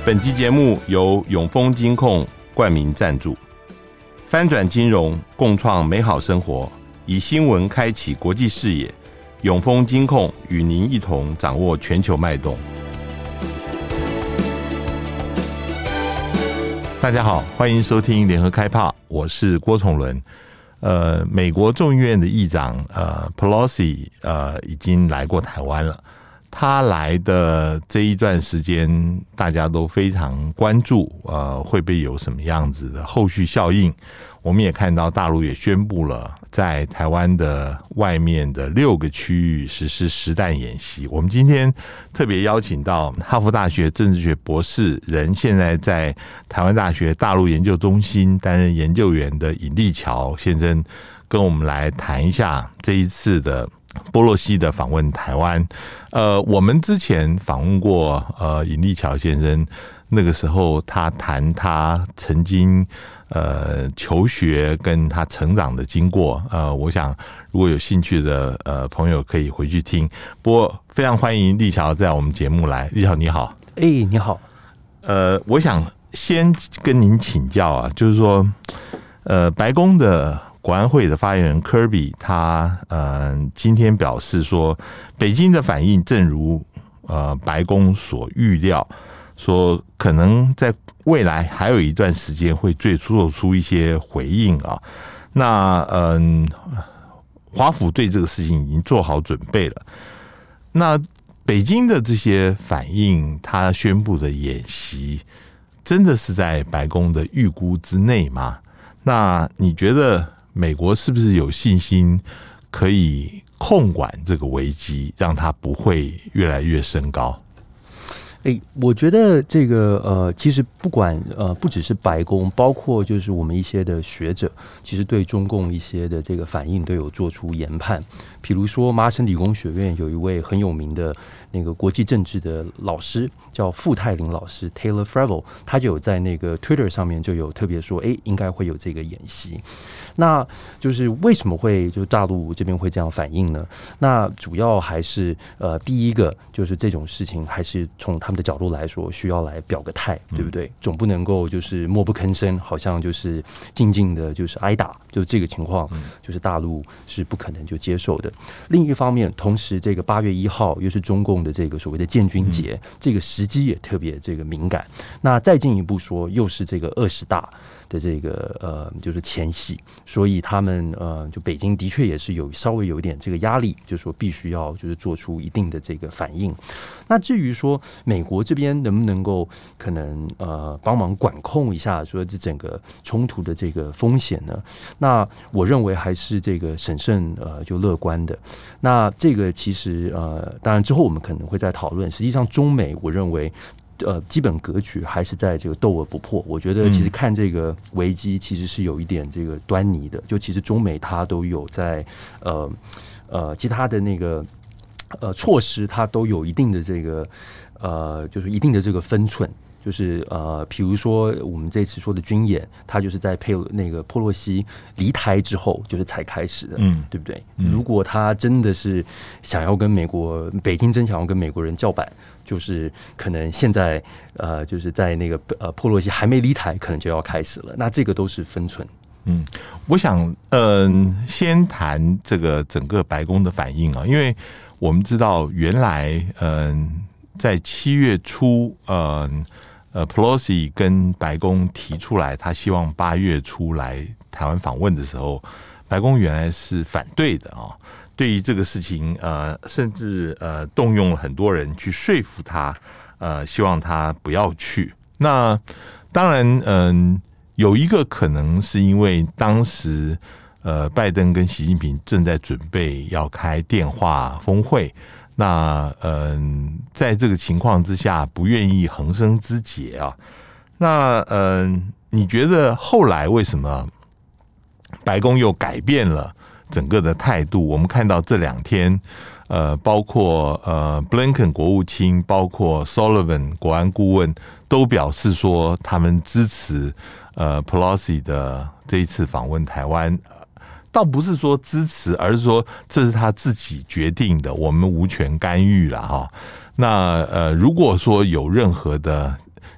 本集节目由永丰金控冠名赞助，翻转金融，共创美好生活，以新闻开启国际视野。永丰金控与您一同掌握全球脉动。大家好，欢迎收听联合开炮，我是郭崇伦。美国众议院的议长Pelosi 已经来过台湾了。他来的这一段时间，大家都非常关注，会不会有什么样子的后续效应？我们也看到大陆也宣布了，在台湾的外面的6个区域实施实弹演习。我们今天特别邀请到哈佛大学政治学博士，人现在在台湾大学大陆研究中心担任研究员的尹立桥先生，跟我们来谈一下这一次的波洛西的访问台湾。我们之前访问过尹立桥先生，那个时候他谈他曾经求学跟他成长的经过。我想如果有兴趣的朋友可以回去听。不过非常欢迎立桥在我们节目来。立桥你好。 你好。 我想先跟您请教啊，就是说白宫的国安会的发言人科比，他今天表示说，北京的反应正如白宫所预料，说可能在未来还有一段时间会做出一些回应啊。那华府对这个事情已经做好准备了。那北京的这些反应，他宣布的演习，真的是在白宫的预估之内吗？那你觉得美国是不是有信心可以控管这个危机，让它不会越来越升高？ 我觉得这个其实不管不只是白宫，包括就是我们一些的学者，其实对中共一些的这个反应都有做出研判。比如说麻省理工学院有一位很有名的那个国际政治的老师，叫傅泰林老师 Taylor Fravel， 他就有在那个 Twitter 上面就有特别说，应该会有这个演习。那就是为什么会就大陆这边会这样反应呢？那主要还是第一个就是这种事情还是从他们的角度来说需要来表个态，对不对？总不能够就是默不吭声，好像就是静静的就是挨打，就这个情况就是大陆是不可能就接受的。另一方面，同时这个8月1号又是中共的这个所谓的建军节，这个时机也特别这个敏感。那再进一步说，又是这个20大的这个就是前夕，所以他们就北京的确也是稍微有一点这个压力，就是说必须要就是做出一定的这个反应。那至于说美国这边能不能够可能帮忙管控一下说这整个冲突的这个风险呢？那我认为还是这个审慎就乐观的。那这个其实当然之后我们可能会再讨论。实际上中美我认为基本格局还是在这个斗而不破。我觉得其实看这个危机其实是有一点这个端倪的，就其实中美它都有在其他的那个措施，它都有一定的这个就是一定的这个分寸。就是比如说我们这次说的军演，它就是在那个佩洛西离台之后，就是才开始的，对不对？如果他真的是想要跟北京真想要跟美国人叫板，就是可能现在就是在那个佩洛西还没离台，可能就要开始了。那这个都是分寸。 我想先谈这个整个白宫的反应啊，因为我们知道原来在7月初Pelosi 跟白宫提出来，他希望8月初来台湾访问的时候，白宫原来是反对的啊。对于这个事情，甚至动用了很多人去说服他，希望他不要去。那当然，有一个可能是因为当时拜登跟习近平正在准备要开电话峰会。那在这个情况之下，不愿意横生枝节啊。那你觉得后来为什么白宫又改变了整个的态度？我们看到这2天，包括Blinken 国务卿，包括 Sullivan 国安顾问，都表示说他们支持Pelosi 的这一次访问台湾。倒不是说支持，而是说这是他自己决定的，我们无权干预了哈。那如果说有任何的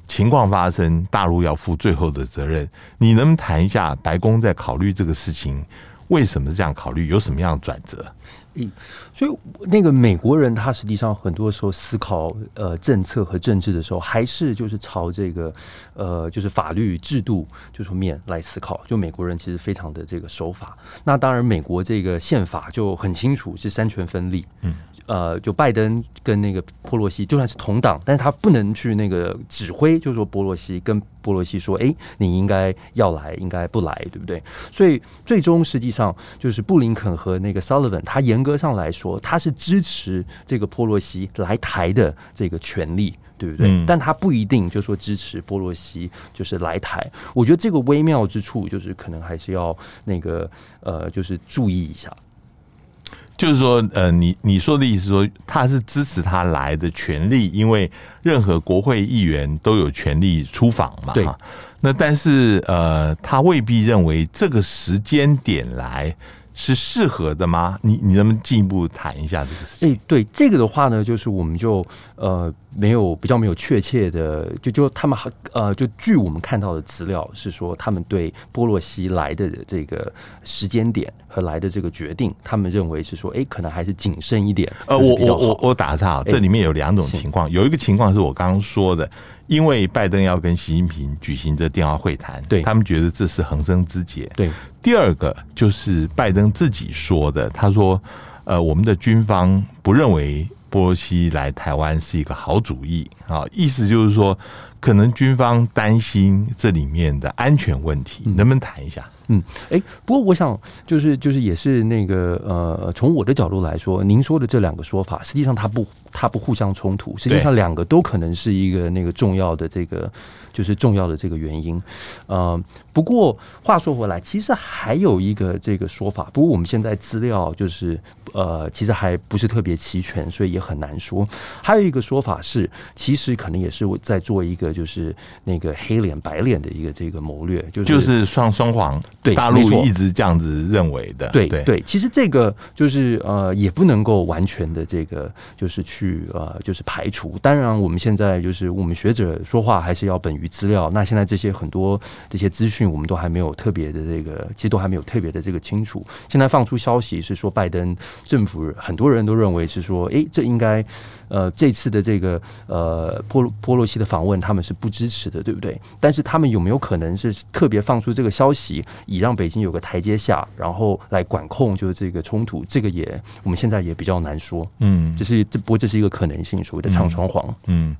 情况发生，大陆要负最后的责任。你能不能谈一下白宫在考虑这个事情，为什么是这样考虑，有什么样的转折？ 所以那个美国人他实际上很多时候思考政策和政治的时候，还是就是朝这个就是法律制度就是面来思考。就美国人其实非常的这个守法。那当然，美国这个宪法就很清楚是三权分立。就拜登跟那个波洛西就算是同党，但是他不能去那个指挥，就是说波洛西跟波洛西说，你应该要来，应该不来，对不对？所以最终实际上就是布林肯和那个 Sullivan， 他严格上来说，他是支持这个波洛西来台的这个权利。对不对？但他不一定就说支持波洛西就是来台。我觉得这个微妙之处，就是可能还是要那个就是注意一下。 就是说，你说的意思说，他是支持他来的权利，因为任何国会议员都有权利出访嘛。 对。 那但是他未必认为这个时间点来是适合的吗？你能不能进一步谈一下这个事情？ 对这个的话呢，就是我们就比较没有确切的，就他们就据我们看到的资料是说，他们对波洛西来的这个时间点和来的这个决定，他们认为是说，可能还是谨慎一点。 我打个岔，这里面有两种情况，有一个情况是我刚刚说的，因为拜登要跟习近平举行这电话会谈， 对他们觉得这是横生枝节。 对， 第二个就是拜登自己说的，他说，我们的军方不认为波洛西来台湾是一个好主意啊，意思就是说，可能军方担心这里面的安全问题，能不能谈一下？ 不过我想就是也是那个从我的角度来说，您说的这两个说法，实际上它不互相冲突，实际上两个都可能是一个那个重要的这个就是重要的这个原因。不过话说回来，其实还有一个这个说法，不过我们现在资料就是其实还不是特别齐全，所以也很难说。还有一个说法是，其实可能也是在做一个就是那个黑脸白脸的一个这个谋略， 就是双簧。 对， 大陆一直这样子认为的。 对，其实这个就是也不能够完全的这个就是去就是排除。当然，我们现在就是我们学者说话还是要本于资料。那现在这些很多这些资讯，我们都还没有特别的这个，其实都还没有特别的这个清楚。现在放出消息是说，拜登政府很多人都认为是说，这应该这次的这个波洛西的访问，他们是不支持的，对不对？但是他们有没有可能是特别放出这个消息？以让北京有个台阶下，然后来管控就是这个冲突，这个我们现在也比较难说。不过这是一个可能性，所谓的唱双簧。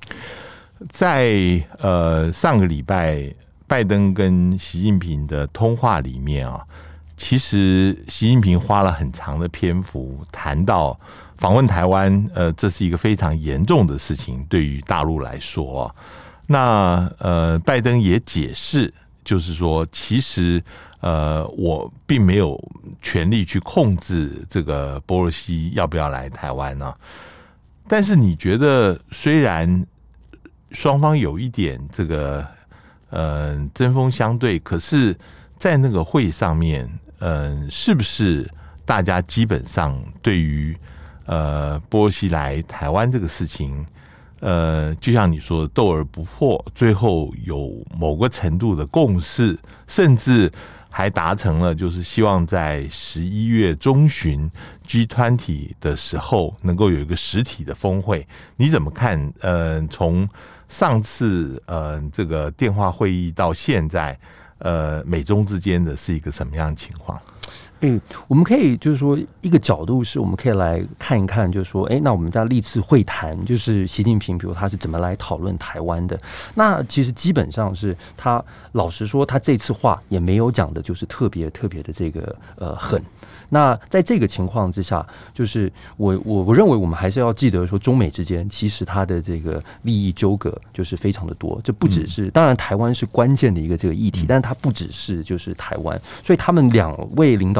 在上个礼拜拜登跟习近平的通话里面啊，其实习近平花了很长的篇幅谈到访问台湾，这是一个非常严重的事情，对于大陆来说。那拜登也解释，就是说，其实我并没有权力去控制这个波洛西要不要来台湾呢。但是你觉得，虽然双方有一点这个针锋相对，可是在那个会上面，是不是大家基本上对于波洛西来台湾这个事情，就像你说的斗而不破，最后有某个程度的共识，甚至还达成了就是希望在11月中旬 G20 的时候能够有一个实体的峰会。你怎么看？从上次这个电话会议到现在，美中之间的是一个什么样的情况？ 我们可以就是说一个角度是我们可以来看一看，就是说，那我们在历次会谈，就是习近平，比如他是怎么来讨论台湾的？那其实基本上是他老实说，他这次话也没有讲的，就是特别的这个狠。那在这个情况之下，就是我认为我们还是要记得说，中美之间其实它的这个利益纠葛就是非常的多。这不只是，当然台湾是关键的一个这个议题，但是它不只是就是台湾，所以他们两位领导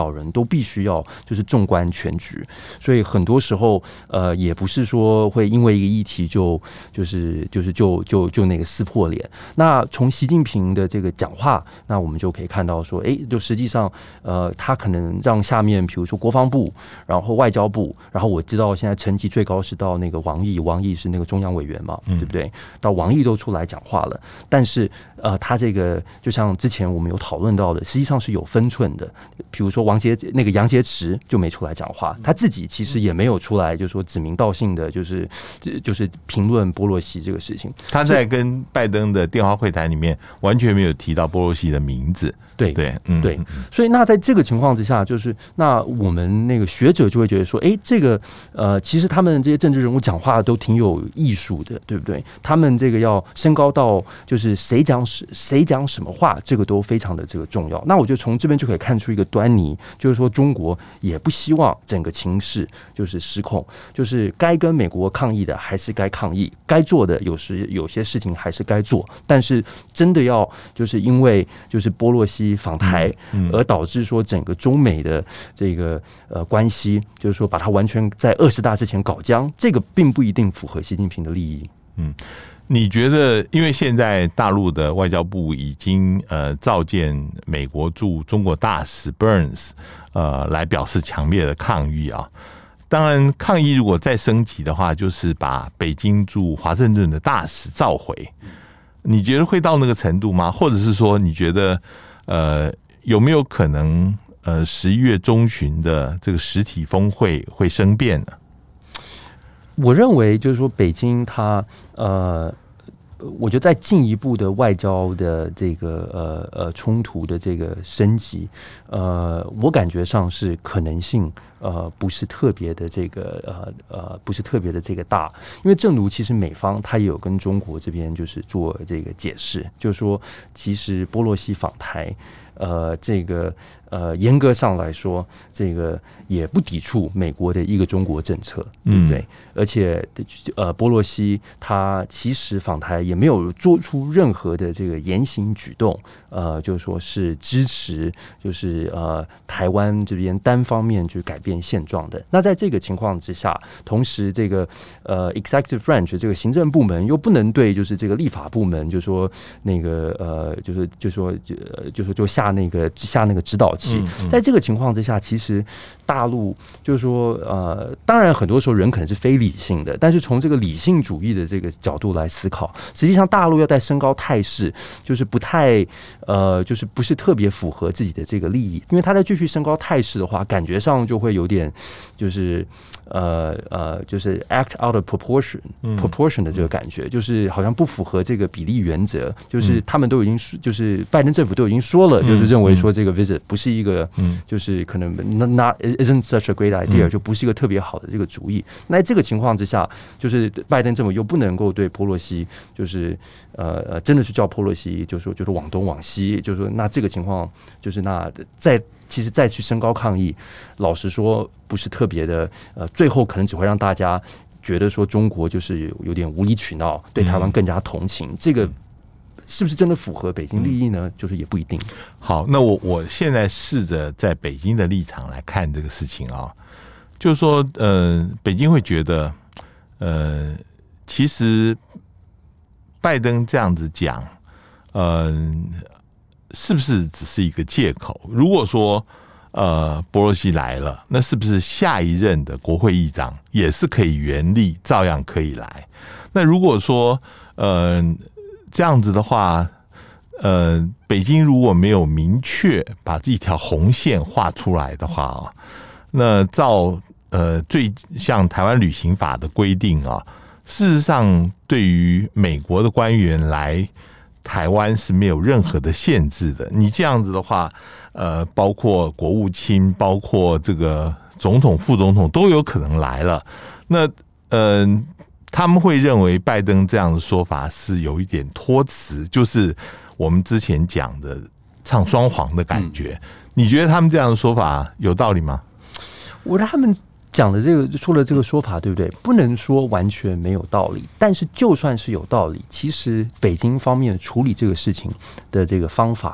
人都必须要就是纵观全局，所以很多时候也不是说会因为一个议题就那个撕破脸。那从习近平的这个讲话，那我们就可以看到说，就实际上他可能让下面比如说国防部，然后外交部，然后我知道现在层级最高是到那个王毅是那个中央委员嘛，对不对？到王毅都出来讲话了，但是他这个就像之前我们有讨论到的，实际上是有分寸的。比如说杨洁篪就没出来讲话，他自己其实也没有出来，就是说指名道姓的，就是评论波洛西这个事情。 他在跟拜登的电话会谈里面完全没有提到波洛西的名字。 对，所以那在这个情况之下，就是那我们那个学者就会觉得说，这个其实他们这些政治人物讲话都挺有艺术的，对不对？他们这个要升高到就是谁讲什么话，这个都非常的这个重要。那我觉得从这边就可以看出一个端倪，就是说中国也不希望整个情势就是失控，就是该跟美国抗议的还是该抗议，该做的有些事情还是该做，但是真的要就是因为就是波洛西访台而导致说整个中美的这个关系，就是说把它完全在20大之前搞僵，这个并不一定符合习近平的利益。 你觉得，因为现在大陆的外交部已经召见美国驻中国大使 Burns 来表示强烈的抗议啊。当然，抗议如果再升级的话，就是把北京驻华盛顿的大使召回。你觉得会到那个程度吗？或者是说，你觉得有没有可能11月中旬的这个实体峰会会生变呢？ 我认为就是说，北京它我觉得在进一步的外交的这个冲突的这个升级，我感觉上是可能性不是特别的这个不是特别的这个大，因为正如其实美方他也有跟中国这边就是做这个解释，就是说其实波洛西访台。这个严格上来说，这个也不抵触美国的一个中国政策，对不对？而且波洛西他其实访台也没有做出任何的这个言行举动，就是说是支持，就是台湾这边单方面去改变现状的。那在这个情况之下，同时这个executive branch 这个行政部门又不能对就是这个立法部门，就说那个就下那个指导期。在这个情况之下，其实大陆就是说当然很多时候人可能是非理性的，但是从这个理性主义的这个角度来思考，实际上大陆要在升高态势，就是不太就是不是特别符合自己的这个利益，因为他在继续升高态势的话，感觉上就会有点就是就是 act out of proportion 的这个感觉，就是好像不符合这个比例原则，就是他们都已经就是拜登政府都已经说了，就是认为说这个 visit 不是一个就是可能 isn't such a great idea， 就不是一个特别好的这个主意。那在这个情况之下，就是拜登政府又不能够对波洛西就是真的是叫波洛西就是往东往西，就是说那这个情况就是那其实再去升高抗议，老实说不是特别的最后可能只会让大家觉得说中国就是有点无理取闹，对台湾更加同情，这个是不是真的符合北京利益呢？就是也不一定。 好，那我现在试着在北京的立场来看这个事情啊，就是说北京会觉得其实拜登这样子讲是不是只是一个借口？如果说波洛西来了，那是不是下一任的国会议长也是可以原力照样可以来？那如果说这样子的话，北京如果没有明确把这一条红线画出来的话，那照最像台湾旅行法的规定啊，事实上对于美国的官员来台湾是没有任何的限制的。你这样子的话，包括国务卿，包括这个总统、副总统都有可能来了。那他们会认为拜登这样的说法是有一点托词，就是我们之前讲的唱双簧的感觉。你觉得他们这样的说法有道理吗？ 我觉得他们讲的这个说的这个说法，对不对？不能说完全没有道理，但是就算是有道理，其实北京方面处理这个事情的这个方法，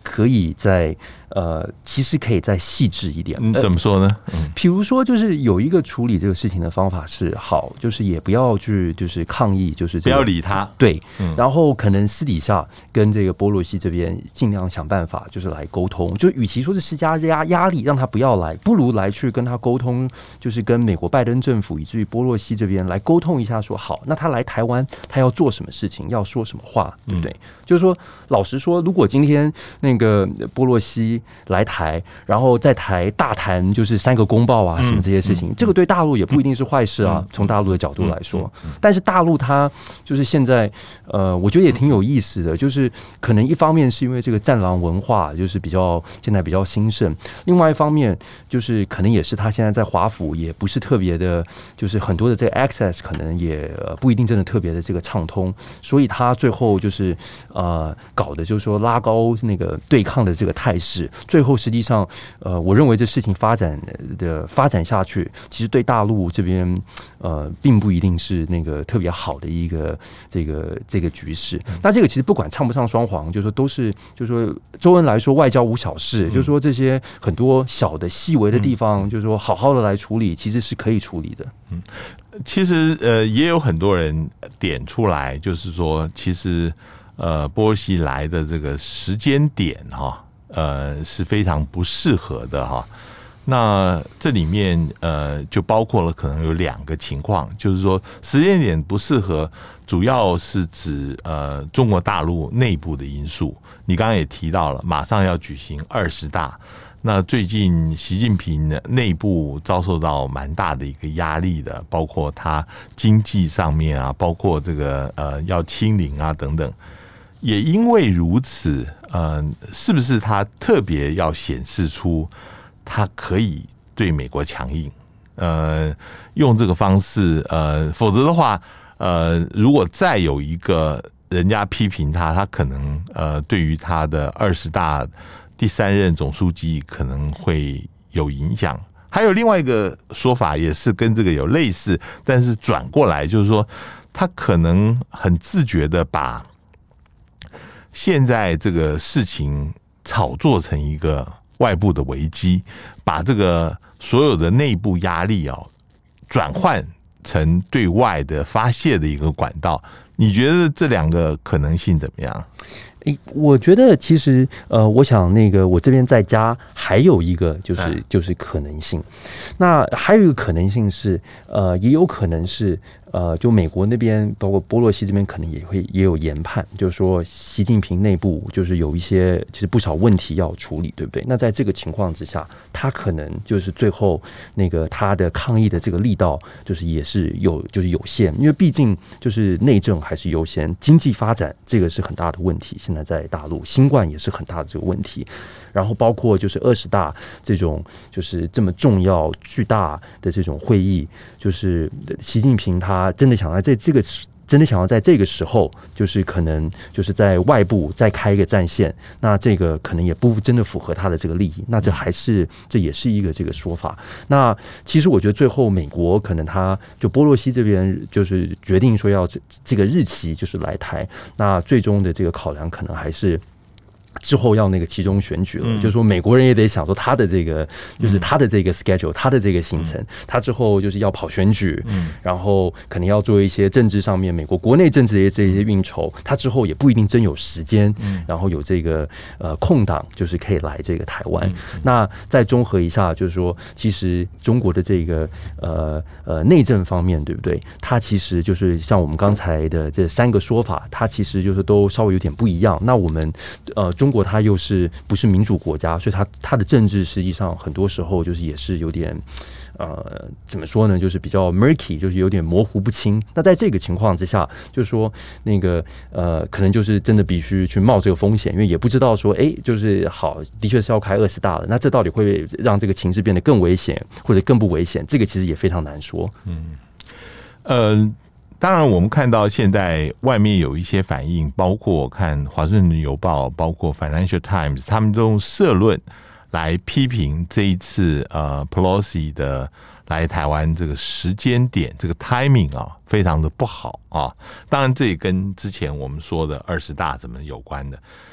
可以再其实可以再细致一点。 怎么说呢？ 比如说，就是有一个处理这个事情的方法是好，就是也不要去就是抗议，就是不要理他。 对，然后可能私底下跟这个波洛西这边尽量想办法，就是来沟通。就与其说是施加压力让他不要来，不如来去跟他沟通，就是跟美国拜登政府以至于波洛西这边来沟通一下说，好，那他来台湾，他要做什么事情，要说什么话，对不对？就是说，老实说，如果今天那个波洛西来台，然后在台大谈就是3个公报啊什么这些事情，这个对大陆也不一定是坏事啊。从大陆的角度来说，但是大陆它就是现在我觉得也挺有意思的，就是可能一方面是因为这个战狼文化就是现在比较兴盛，另外一方面就是可能也是他现在在华府也不是特别的，就是很多的这个 access 可能也不一定真的特别的这个畅通，所以他最后就是搞的就是说拉高那个对抗的这个态势，最后实际上我认为这事情发展下去，其实对大陆这边并不一定是那个特别好的一个这个局势。那这个其实不管唱不唱双簧，就是说都是就是说周恩来说外交无小事，就是说这些很多小的细微的地方，就是说好好的来处理，其实是可以处理的。 其实也有很多人点出来，就是说其实波洛西来的这个时间点是非常不适合的哈。那这里面就包括了可能有2个情况，就是说时间点不适合，主要是指中国大陆内部的因素。你刚刚也提到了，马上要举行20大，那最近习近平内部遭受到蛮大的一个压力的，包括他经济上面啊，包括这个要清零啊等等。也因为如此，是不是他特别要显示出他可以对美国强硬？用这个方式，否则的话，如果再有一个人家批评他，他可能对于他的20大第3任总书记可能会有影响。还有另外一个说法，也是跟这个有类似，但是转过来就是说，他可能很自觉的把现在这个事情炒作成一个外部的危机，把这个所有的内部压力转换成对外的发泄的一个管道。你觉得这2个可能性怎么样？ 我觉得其实我想那个我这边再加还有一个就是可能性。那还有一个可能性是也有可能是就美国那边包括波洛西这边可能也有研判，就是说习近平内部就是有一些其实不少问题要处理，对不对？那在这个情况之下，他可能就是最后那个他的抗议的这个力道就是也是有限，因为毕竟就是内政还是优先，经济发展这个是很大的问题。现在在大陆，新冠也是很大的这个问题，然后包括就是20大这种就是这么重要巨大的这种会议，就是习近平他真的想要在这个时候，就是可能就是在外部再开一个战线，那这个可能也不真的符合他的这个利益，那这也是一个这个说法。那其实我觉得最后美国可能他就波洛西这边就是决定说要这个日期就是来台，那最终的这个考量可能还是之后要那个期中选举了，就是说美国人也得想说他的这个就是他的这个 schedule， 他的这个行程，他之后就是要跑选举，然后可能要做一些政治上面美国国内政治的这些运筹，他之后也不一定真有时间，然后有这个空档，就是可以来这个台湾。那再综合一下，就是说其实中国的这个内政方面，对不对？它其实就是像我们刚才的这3个说法，它其实就是都稍微有点不一样。那我们中国它又是不是民主国家，所以它的政治实际上很多时候就是也是有点怎么说呢，就是比较 murky， 就是有点模糊不清。那在这个情况之下，就是说那个可能就是真的必须去冒这个风险，因为也不知道说就是好，的确是要开20大了，那这到底会让这个情势变得更危险或者更不危险，这个其实也非常难说。 当然我们看到现在外面有一些反应，包括我看华盛顿邮报，包括 Financial Times， 他们都用社论来批评这一次Pelosi 的来台湾这个时间点，这个 timing 非常的不好啊。当然这也跟之前我们说的20大怎么有关的。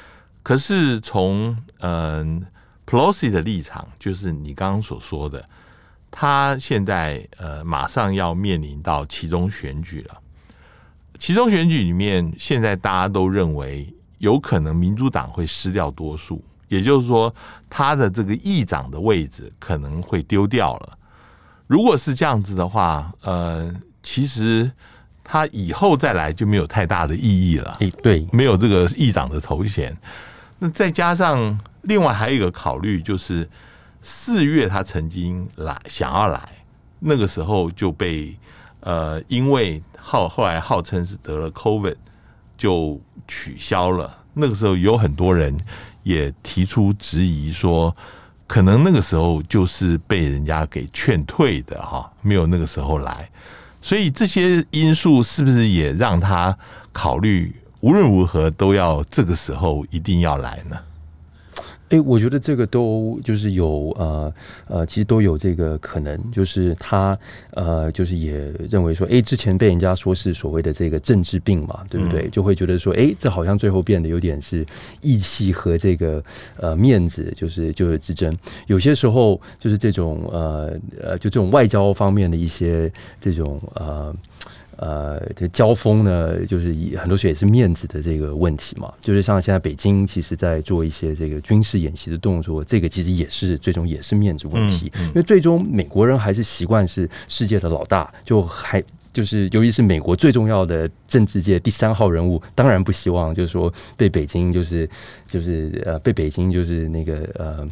可是从Pelosi 的立场，就是你刚刚所说的，他现在马上要面临到期中选举了。期中选举里面，现在大家都认为有可能民主党会失掉多数，也就是说，他的这个议长的位置可能会丢掉了。如果是这样子的话，其实他以后再来就没有太大的意义了。 对， 没有这个议长的头衔。那再加上另外还有一个考虑，就是4月他曾经想要来，那个时候就被因为后来号称是得了 COVID 就取消了。那个时候有很多人也提出质疑说，可能那个时候就是被人家给劝退的哈，没有那个时候来。所以这些因素是不是也让他考虑无论如何都要这个时候一定要来呢？ 我觉得这个都就是有其实都有这个可能，就是他就是也认为说，之前被人家说是所谓的这个政治病嘛，对不对？就会觉得说，这好像最后变得有点是义气和这个面子，就是之争。有些时候就是这种就这种外交方面的一些这种这交锋呢，就是很多时候也是面子的这个问题嘛。就是像现在北京其实在做一些这个军事演习的动作，这个其实也是最终也是面子问题。因为最终美国人还是习惯是世界的老大，就是尤其是美国最重要的政治界第3号人物，当然不希望就是说被北京被北京就是那个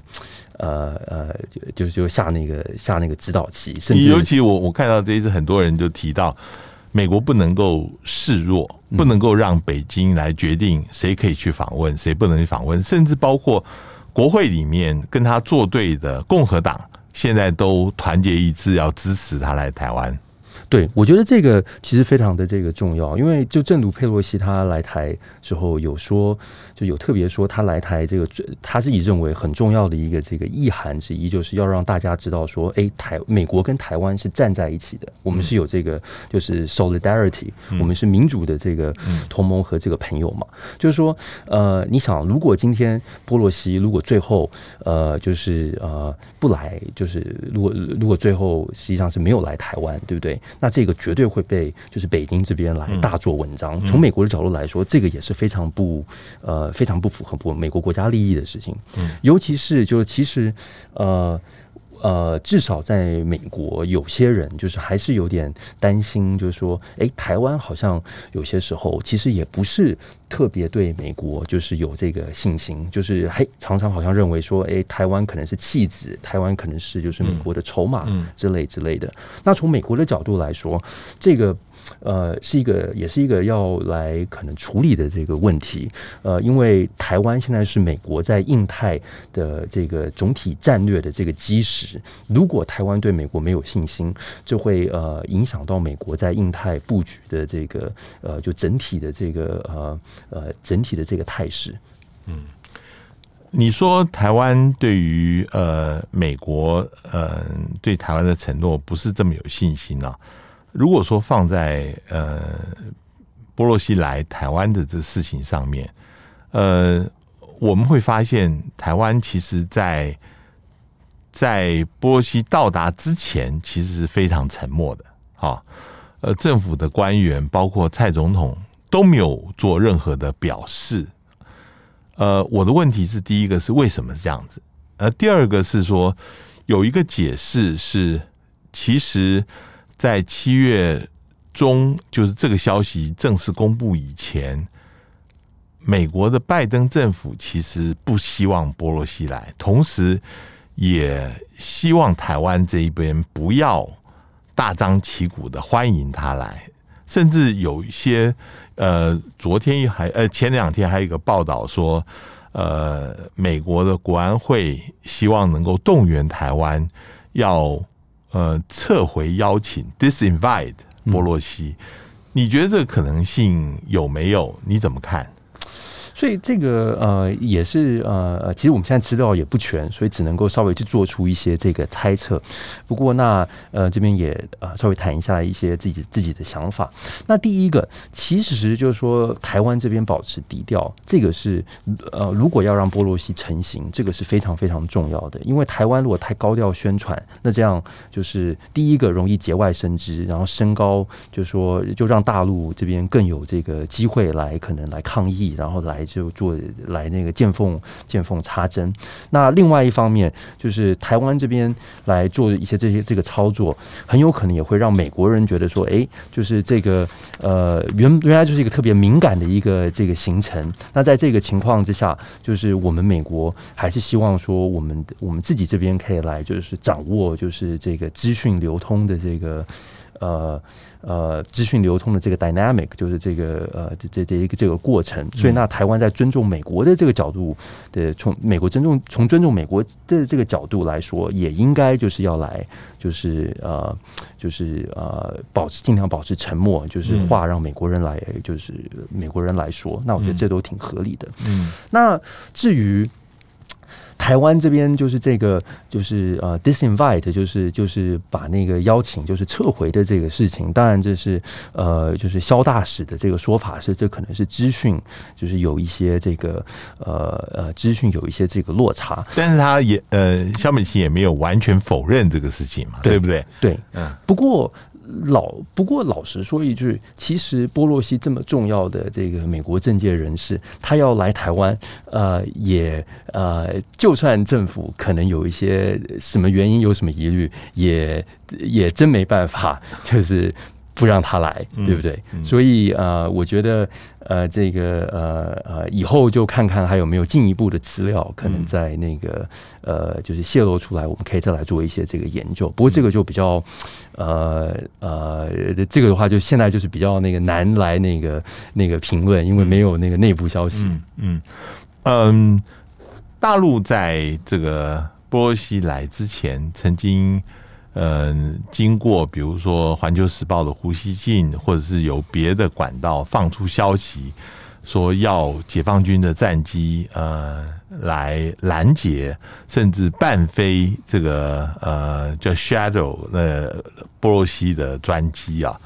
就下那个指导棋，甚至尤其我看到这一次很多人就提到，美国不能够示弱，不能够让北京来决定谁可以去访问，谁不能去访问，甚至包括国会里面跟他作对的共和党，现在都团结一致要支持他来台湾。 对，我觉得这个其实非常的这个重要，因为就正如佩洛西他来台之后有说，就有特别说他来台这个他自己认为很重要的一个这个意涵之一，就是要让大家知道说，美国跟台湾是站在一起的，我们是有这个就是 solidarity，我们是民主的这个同盟和这个朋友嘛。就是说，你想，如果今天波洛西如果最后就是不来，就是如果最后实际上是没有来台湾，对不对？那这个绝对会被就是北京这边来大做文章。从美国的角度来说，这个也是非常不符合美国国家利益的事情。尤其是就是其实至少在美国，有些人就是还是有点担心，就是说，台湾好像有些时候其实也不是特别对美国就是有这个信心，就是常常好像认为说，台湾可能是弃子，台湾可能是就是美国的筹码之类的。那从美国的角度来说，这个也是一个要来可能处理的这个问题。因为台湾现在是美国在印太的这个总体战略的这个基石。如果台湾对美国没有信心，就会影响到美国在印太布局的这个就整体的这个态势。 你说台湾对于美国对台湾的承诺不是这么有信心啊？如果说放在波洛西来台湾的这事情上面，我们会发现台湾其实在波洛西到达之前，其实是非常沉默的政府的官员包括蔡总统都没有做任何的表示。我的问题是，第一个是为什么是这样子？第二个是说有一个解释是，其实在7月中，就是这个消息正式公布以前，美国的拜登政府其实不希望波洛西来，同时也希望台湾这一边不要大张旗鼓的欢迎他来，甚至有一些昨天前2天还有一个报道说，美国的国安会希望能够动员台湾要撤回邀请 disinvite 波洛西。你觉得这个可能性有没有？你怎么看？ 所以这个也是其实我们现在资料也不全，所以只能够稍微去做出一些这个猜测。不过那这边也稍微谈一下一些自己的想法。那第一个，其实就是说台湾这边保持低调，这个是如果要让波洛西成型，这个是非常非常重要的。因为台湾如果太高调宣传，那这样就是第一个容易节外生枝，然后升高，就是说就让大陆这边更有这个机会可能来抗议，然后来那个见缝插针。那另外一方面，就是台湾这边来做一些这个操作，很有可能也会让美国人觉得说，就是这个原来就是一个特别敏感的一个这个行程。那在这个情况之下，就是我们美国还是希望说，我们自己这边可以来就是掌握就是这个资讯流通的这个资讯流通的这个 dynamic， 就是这个这个过程。所以那台湾在尊重美国的这个角度的，从尊重美国的这个角度来说，也应该就是要来就是尽量保持沉默，就是话让美国人来说。那我觉得这都挺合理的。那至于台湾这边就是这个就是disinvite 就是把那个邀请就是撤回的这个事情，当然这是就是萧大使的这个说法是这可能是资讯就是有一些这个资讯有一些这个落差， 但是他也萧美琴也没有完全否认这个事情嘛， 对不对？ 对，不过老实说一句，其实波洛西这么重要的这个美国政界人士，他要来台湾，就算政府可能有一些什么原因有什么疑虑，也真没办法，就是不让他来，对不对？所以我觉得这个以后就看看还有没有进一步的资料，可能在那个就是泄露出来，我们可以再来做一些这个研究。不过这个就比较这个的话，就现在就是比较那个难来那个评论，因为没有那个内部消息。 大陆在这个波洛西来之前，曾经经过比如说《环球时报》的胡锡进，或者是有别的管道放出消息，说要解放军的战机来拦截，甚至伴飞这个叫 Shadow 波洛西的专机啊。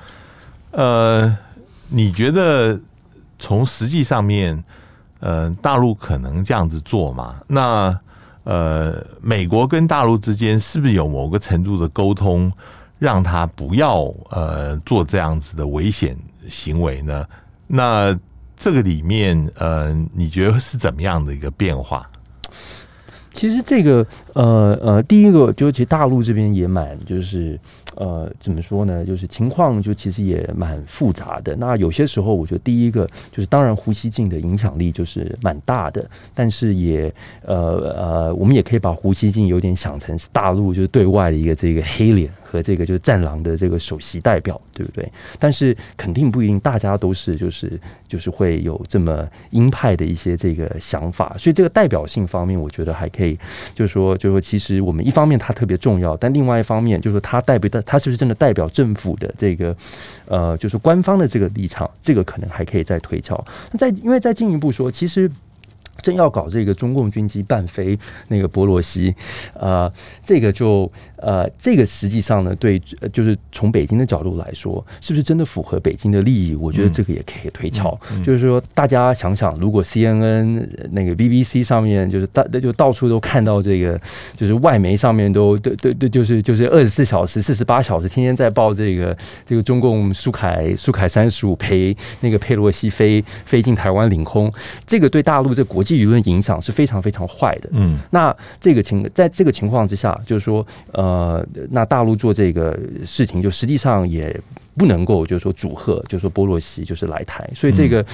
你觉得从实际上面，大陆可能这样子做吗？那美国跟大陆之间是不是有某个程度的沟通，让他不要做这样子的危险行为呢？那这个里面你觉得是怎么样的一个变化？ 其实这个第一个就其实大陆这边也蛮就是怎么说呢，就是情况就其实也蛮复杂的。那有些时候我觉得第一个就是当然胡锡进的影响力就是蛮大的，但是也我们也可以把胡锡进有点想成是大陆就是对外的一个这个黑脸和这个就是战狼的这个首席代表，对不对？但是肯定不一定大家都是就是会有这么鹰派的一些这个想法，所以这个代表性方面我觉得还可以，就是说其实我们一方面它特别重要，但另外一方面就是说它是不是真的代表政府的这个就是官方的这个立场，这个可能还可以再推敲。因为再进一步说，其实真要搞这个中共军机伴飞那个波洛西，这个这个实际上呢，对，就是从北京的角度来说，是不是真的符合北京的利益？我觉得这个也可以推敲。就是说，大家想想，如果 CNN 那个 BBC 上面就到处都看到这个，就是外媒上面都就是24小时、48小时，天天在报这个中共苏凯35陪那个佩洛西飞进台湾领空，这个对大陆这国际舆论影响是非常非常坏的。那在这个情况之下，就是说那大陆做这个事情，就实际上也不能够就是说祝贺，就是说波洛西就是来台，所以这个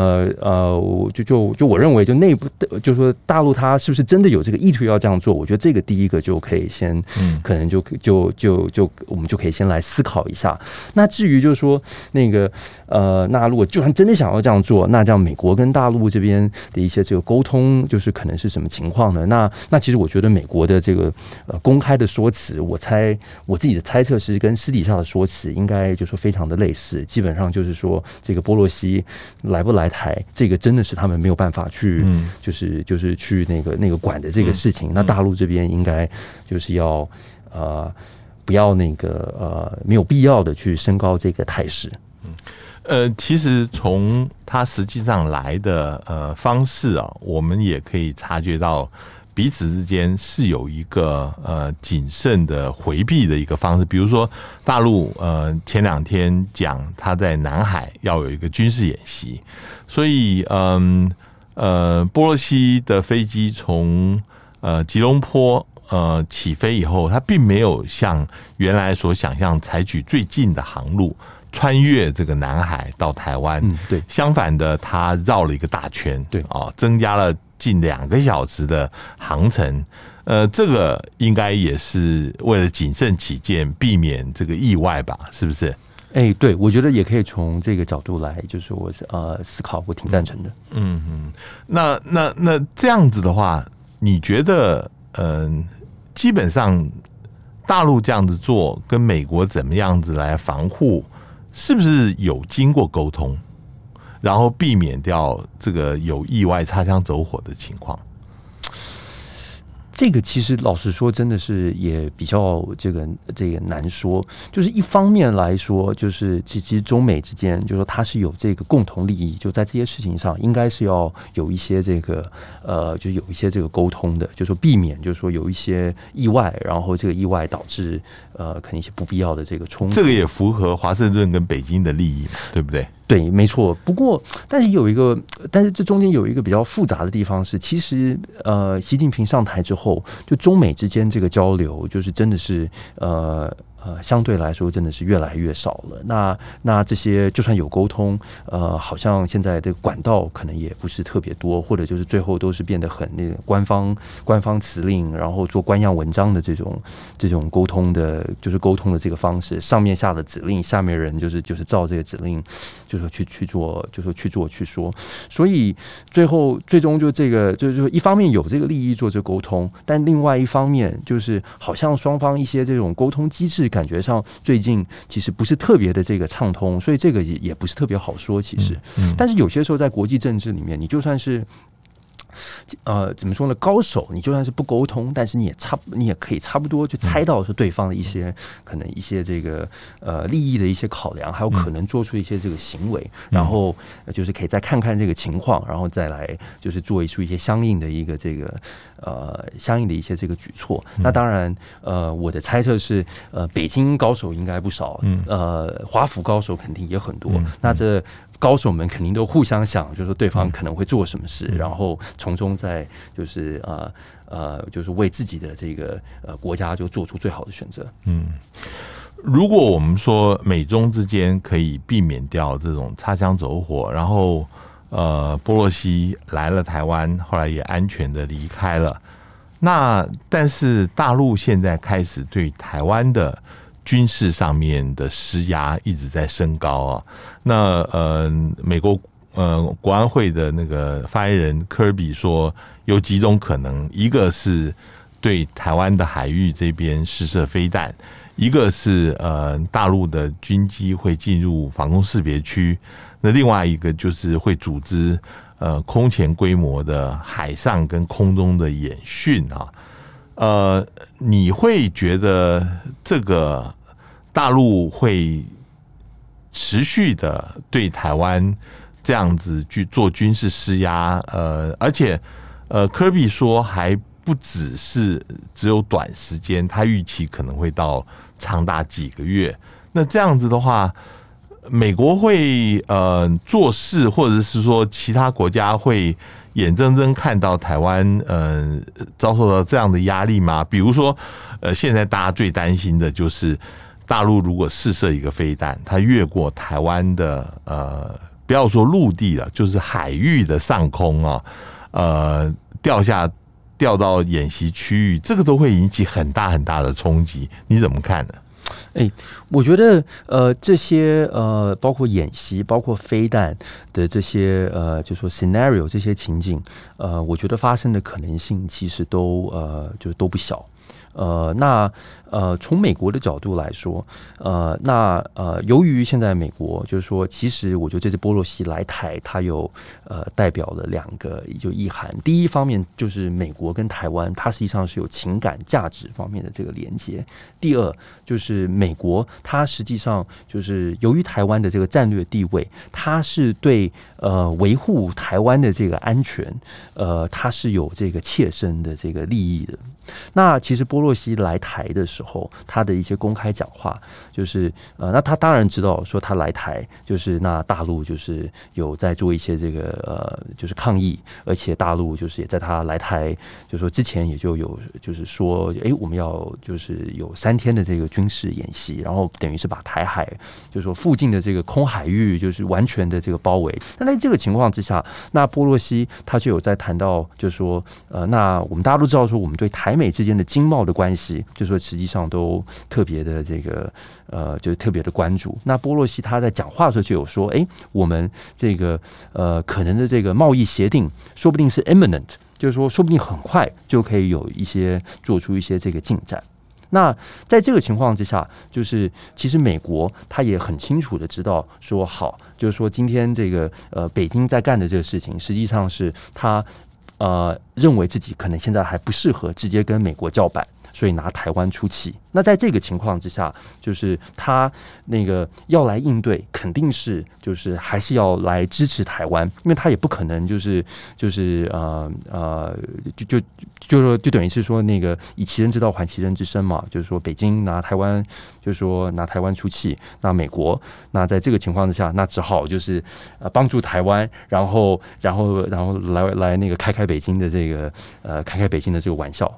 就我认为就内部就是说大陆他是不是真的有这个意图要这样做？我觉得这个第一个就可以先可能就我们就可以先来思考一下。那至于就是说那个那如果就算真的想要这样做，那这样美国跟大陆这边的一些这个沟通，就是可能是什么情况呢？那其实我觉得美国的这个公开的说辞，我自己的猜测是跟私底下的说辞应该就是就是说非常的类似，基本上就是说这个波洛西来不来台，这个真的是他们没有办法去，就是去那个管的这个事情。那大陆这边应该就是要不要没有必要的去升高这个态势。 其实从他实际上来的方式啊，我们也可以察觉到彼此之间是有一个谨慎的回避的一个方式。比如说大陆前2天讲他在南海要有一个军事演习，所以波洛西的飞机从吉隆坡起飞以后，他并没有像原来所想象采取最近的航路穿越这个南海到台湾， 对， 相反的，他绕了一个大圈， 对增加了近2个小时的航程。这个应该也是为了谨慎起见，避免这个意外吧？是不是？ 对，我觉得也可以从这个角度来，就是我思考，我挺赞成的。 那这样子的话，你觉得基本上大陆这样子做，跟美国怎么样子来防护？是不是有经过沟通，然后避免掉这个有意外擦枪走火的情况？ 这个其实老实说，真的是也比较这个难说。就是一方面来说，就是其实中美之间，就是说它是有这个共同利益，就在这些事情上，应该是要有一些这个就有一些这个沟通的，就是说避免就是说有一些意外，然后这个意外导致可能一些不必要的这个冲突。这个也符合华盛顿跟北京的利益，对不对？ 对，没错。不过，但是这中间有一个比较复杂的地方是，其实习近平上台之后，就中美之间这个交流，就是真的是相对来说真的是越来越少了。那这些就算有沟通，好像现在的管道可能也不是特别多，或者就是最后都是变得很那个官方辞令，然后做官样文章的这种沟通的，就是沟通的这个方式，上面下的指令，下面人就是照这个指令，就是去做，就是去说。所以最终就这个就是一方面有这个利益做这个沟通，但另外一方面就是好像双方一些这种沟通机制感觉上最近其实不是特别的这个畅通，所以这个也不是特别好说。其实，但是有些时候在国际政治里面，你就算是怎么说呢？高手，你就算是不沟通，但是你也可以差不多就猜到是对方的一些可能一些这个利益的一些考量，还有可能做出一些这个行为，然后就是可以再看看这个情况，然后再来就是做出一些相应的一个这个相应的一些这个举措。那当然，我的猜测是，北京高手应该不少，华府高手肯定也很多。那这高手们肯定都互相想，就是说对方可能会做什么事，然后从中再就是就是为自己的这个国家就做出最好的选择。 如果我们说美中之间可以避免掉这种擦枪走火，然后波洛西来了台湾，后来也安全的离开了，但是大陆现在开始对台湾的军事上面的施压一直在升高啊。那美国国安会的那个发言人科比说，有几种可能，一个是对台湾的海域这边试射飞弹，一个是大陆的军机会进入防空识别区，那另外一个就是会组织空前规模的海上跟空中的演训啊。你会觉得这个大陆会持续的对台湾这样子去做军事施压？而且科比说还不只有短时间，他预期可能会到长达几个月。那这样子的话，美国会做事，或者是说其他国家会眼睁睁看到台湾遭受到这样的压力吗？比如说现在大家最担心的就是大陆如果试射一个飞弹，它越过台湾的不要说陆地了，就是海域的上空啊，掉到演习区域，这个都会引起很大很大的冲击。你怎么看呢？ 我觉得这些包括演习，包括飞弹的这些就说 scenario 这些情景，我觉得发生的可能性其实都不小。 从美国的角度来说，由于现在美国就是说，其实我觉得这次波洛西来台，它有代表了两个就意涵。第一方面就是美国跟台湾，它实际上是有情感价值方面的这个连接。第二就是美国，它实际上就是由于台湾的这个战略地位，它是对维护台湾的这个安全，它是有这个切身的这个利益的。那其实波洛西来台的时候，他的一些公开讲话，就是那他当然知道说他来台，就是那大陆就是有在做一些这个就是抗议，而且大陆就是也在他来台，就是说之前也就有就是说，我们要就是有3天的这个军事演习，然后等于是把台海就是说附近的这个空海域就是完全的这个包围。那在这个情况之下，那波洛西他就有在谈到，就是说那我们大家都知道说，我们对台美之间的经贸的关系，就是说实际上都特别的这个就是特别的关注。那波洛西他在讲话的时候就有说，我们这个可能的这个贸易协定，说不定是 imminent， 就是说说不定很快就可以有一些做出一些这个进展。那在这个情况之下，就是其实美国他也很清楚的知道说，好，就是说今天这个北京在干的这个事情，实际上是他认为自己可能现在还不适合直接跟美国叫板，所以拿台湾出气。那在这个情况之下，就是他那个要来应对，肯定是就是还是要来支持台湾，因为他也不可能就等于是说那个以其人之道还其人之身嘛，就是说北京拿台湾，就是说拿台湾出气，那美国那在这个情况之下，那只好就是帮助台湾，然后来那个开北京的这个开北京的这个玩笑。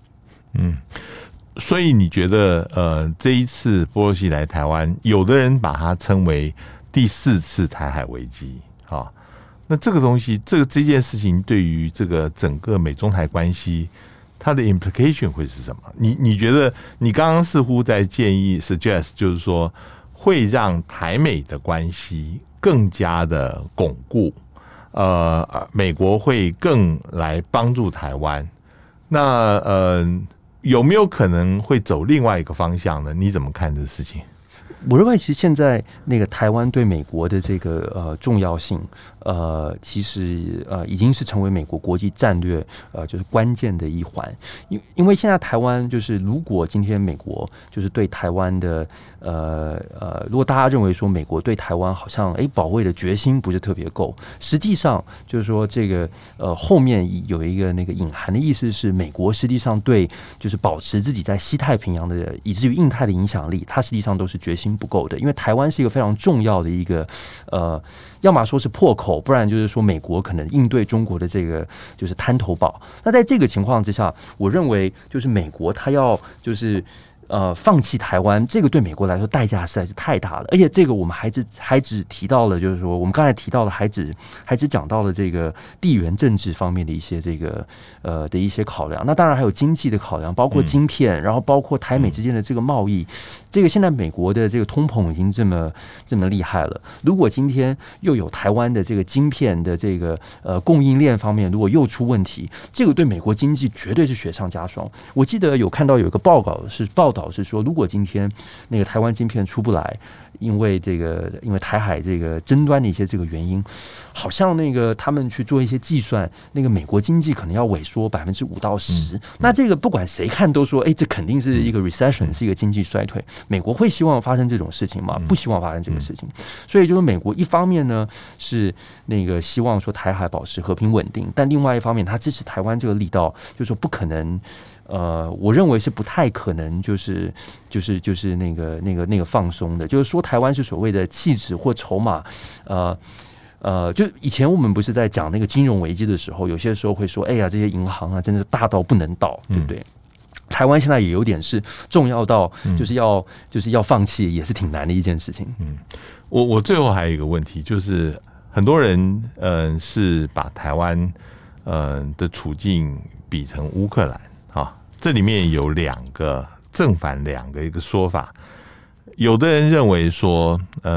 所以你觉得这一次波洛西来台湾，有的人把它称为第4次台海危机啊。那这个东西，这件事情对于这个整个美中台关系，它的 implication 会是什么？你觉得你刚刚似乎在建议 suggest， 就是说会让台美的关系更加的巩固，美国会更来帮助台湾。那有没有可能会走另外一个方向呢？你怎么看这事情？ 我认为其实现在那个台湾对美国的这个重要性，其实已经是成为美国国际战略就是关键的一环。因为现在台湾就是如果今天美国就是对台湾的如果大家认为说美国对台湾好像保卫的决心不是特别够，实际上就是说这个后面有一个那个隐含的意思是，美国实际上对就是保持自己在西太平洋的以至于印太的影响力，它实际上都是决心不够的。因为台湾是一个非常重要的一个要么说是破口，不然就是说美国可能应对中国的这个就是滩头堡。那在这个情况之下，我认为就是美国它要就是放弃台湾，这个对美国来说代价实在是太大了。而且这个我们还只提到了，就是说我们刚才提到了还只讲到了这个地缘政治方面的一些这个的一些考量。那当然还有经济的考量，包括晶片，然后包括台美之间的这个贸易。这个现在美国的这个通膨已经这么厉害了，如果今天又有台湾的这个晶片的这个供应链方面如果又出问题，这个对美国经济绝对是雪上加霜。我记得有看到有一个报道是说，如果今天那个台湾晶片出不来，因为台海这个争端的一些这个原因，好像那个他们去做一些计算，那个美国经济可能要萎缩5%到10%。那这个不管谁看都说，这肯定是一个 recession， 是一个经济衰退。美国会希望发生这种事情吗？不希望发生这个事情。所以就是美国一方面呢是那个希望说台海保持和平稳定，但另外一方面他支持台湾这个力道，就是说不可能。我认为是不太可能，就是那个放松的，就是说台湾是所谓的弃子或筹码，就以前我们不是在讲那个金融危机的时候，有些时候会说，这些银行啊，真的是大到不能倒，对不对？台湾现在也有点是重要到，就是要放弃，也是挺难的一件事情。 我最后还有一个问题，就是很多人是把台湾的处境比成乌克兰啊。这里面有两个正反两个一个说法，有的人认为说，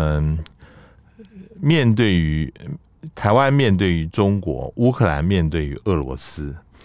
面对于台湾面对于中国，乌克兰面对于俄罗斯，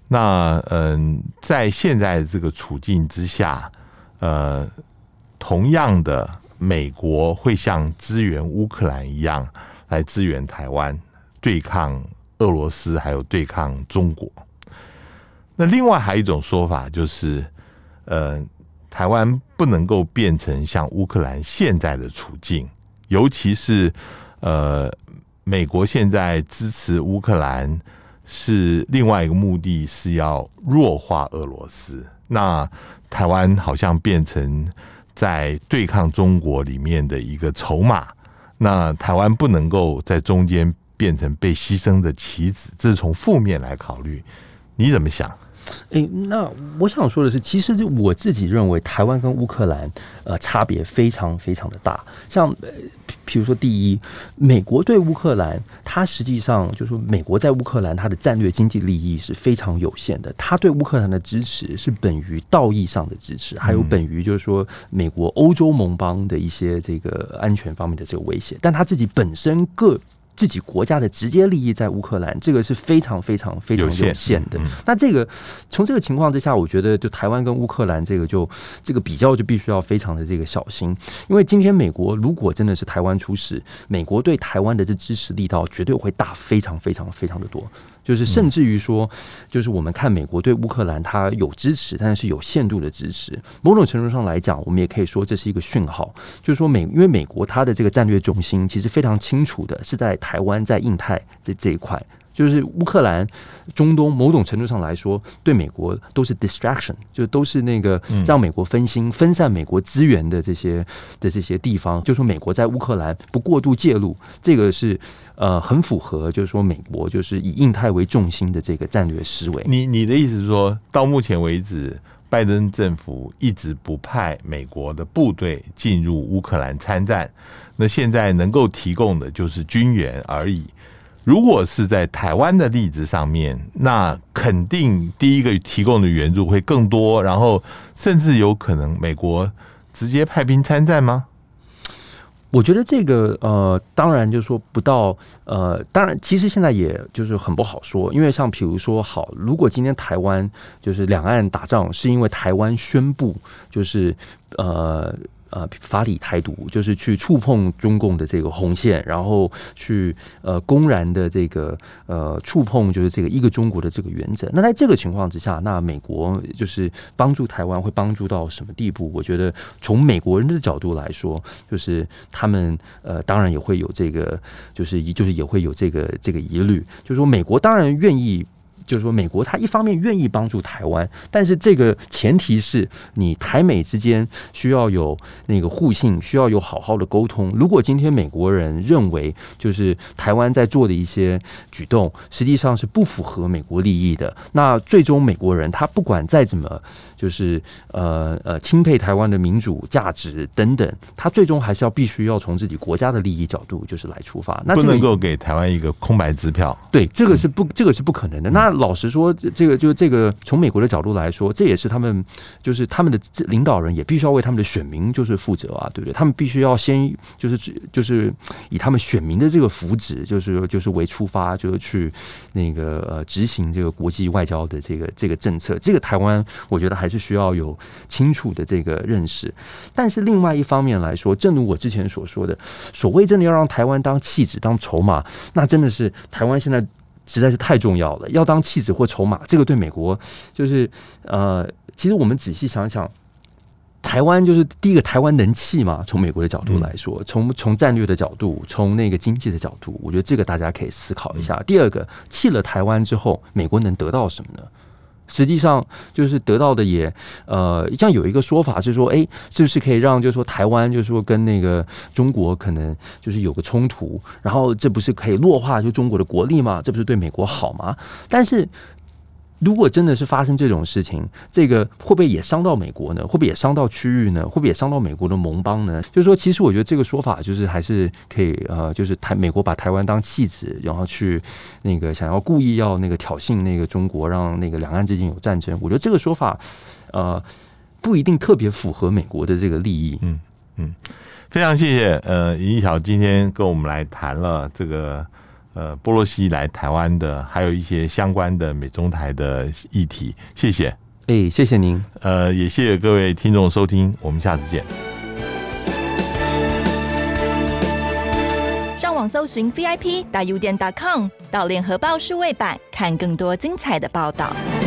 那在现在这个处境之下，同样的，美国会像支援乌克兰一样来支援台湾，对抗俄罗斯，还有对抗中国。那另外还有一种说法就是，台湾不能够变成像乌克兰现在的处境，尤其是美国现在支持乌克兰是另外一个目的是要弱化俄罗斯，那台湾好像变成在对抗中国里面的一个筹码，那台湾不能够在中间变成被牺牲的棋子，这是从负面来考虑，你怎么想？ 那我想说的是，其实我自己认为台湾跟乌克兰差别非常非常的大。像比如说，第一，美国对乌克兰，它实际上就是说，美国在乌克兰它的战略经济利益是非常有限的。它对乌克兰的支持是本于道义上的支持，还有本于就是说美国欧洲盟邦的一些这个安全方面的这个威胁，但它自己本身自己国家的直接利益在乌克兰，这个是非常非常非常有限的。那这个从这个情况之下，我觉得就台湾跟乌克兰这个比较就必须要非常的这个小心，因为今天美国如果真的是台湾出事，美国对台湾的这支持力道绝对会大非常非常非常的多。就是甚至于说，就是我们看美国对乌克兰它有支持，但是有限度的支持。某种程度上来讲，我们也可以说这是一个讯号，就是说因为美国它的这个战略重心其实非常清楚的是在台湾、在印太这一块。就是乌克兰、中东，某种程度上来说，对美国都是 distraction， 就都是那个让美国分心、分散美国资源的这些地方。就是说，美国在乌克兰不过度介入，这个是很符合，就是说美国就是以印太为重心的这个战略思维。 你的意思是说，到目前为止，拜登政府一直不派美国的部队进入乌克兰参战，那现在能够提供的就是军援而已。如果是在台湾的例子上面，那肯定第一个提供的援助会更多，然后甚至有可能美国直接派兵参战吗？ 我觉得这个当然就是说不到当然其实现在也就是很不好说，因为像比如说好，如果今天台湾就是两岸打仗是因为台湾宣布就是法理台独，就是去触碰中共的这个红线，然后去公然的这个触碰就是这个一个中国的这个原则。那在这个情况之下，那美国就是帮助台湾会帮助到什么地步？我觉得从美国人的角度来说，就是他们当然也会有这个，就是也会有这个疑虑，就是说美国当然愿意。就是说，美国它一方面愿意帮助台湾，但是这个前提是你台美之间需要有那个互信，需要有好好的沟通。如果今天美国人认为就是台湾在做的一些举动，实际上是不符合美国利益的，那最终美国人他不管再怎么就是钦佩台湾的民主价值等等，他最终还是必须要从自己国家的利益角度就是来出发，那不能够给台湾一个空白支票。 对，这个是不可能的。那老实说，这个从美国的角度来说，这也是他们的领导人也必须要为他们的选民就是负责啊，对不对？他们必须要先就是以他们选民的这个福祉就是为出发，就是去那个执行这个国际外交的这个政策。这个台湾我觉得还是需要有清楚的这个认识。但是另外一方面来说，正如我之前所说的，所谓真的要让台湾当弃子当筹码，那真的是台湾现在实在是太重要了，要当弃子或筹码，这个对美国就是其实我们仔细想想，台湾就是第一个，台湾能弃吗？从美国的角度来说，从战略的角度，从那个经济的角度，我觉得这个大家可以思考一下。第二个，弃了台湾之后，美国能得到什么呢？实际上就是得到的也像有一个说法是说，是不是可以让就是说台湾就是说跟那个中国可能就是有个冲突，然后这不是可以弱化就中国的国力吗？这不是对美国好吗？但是如果真的是发生这种事情，这个会不会也伤到美国呢？会不会也伤到区域呢？会不会也伤到美国的盟邦呢？就是说，其实我觉得这个说法就是还是可以就是美国把台湾当弃子，然后去那个想要故意要那个挑衅那个中国，让那个两岸之间有战争。我觉得这个说法不一定特别符合美国的这个利益。非常谢谢尹一桥今天跟我们来谈了这个波洛西来台湾的，还有一些相关的美中台的议题。谢谢。 谢谢您。 也谢谢各位听众收听，我们下次见。 上网搜寻 VIP.UDN.com， 到联合报数位版看更多精彩的报道。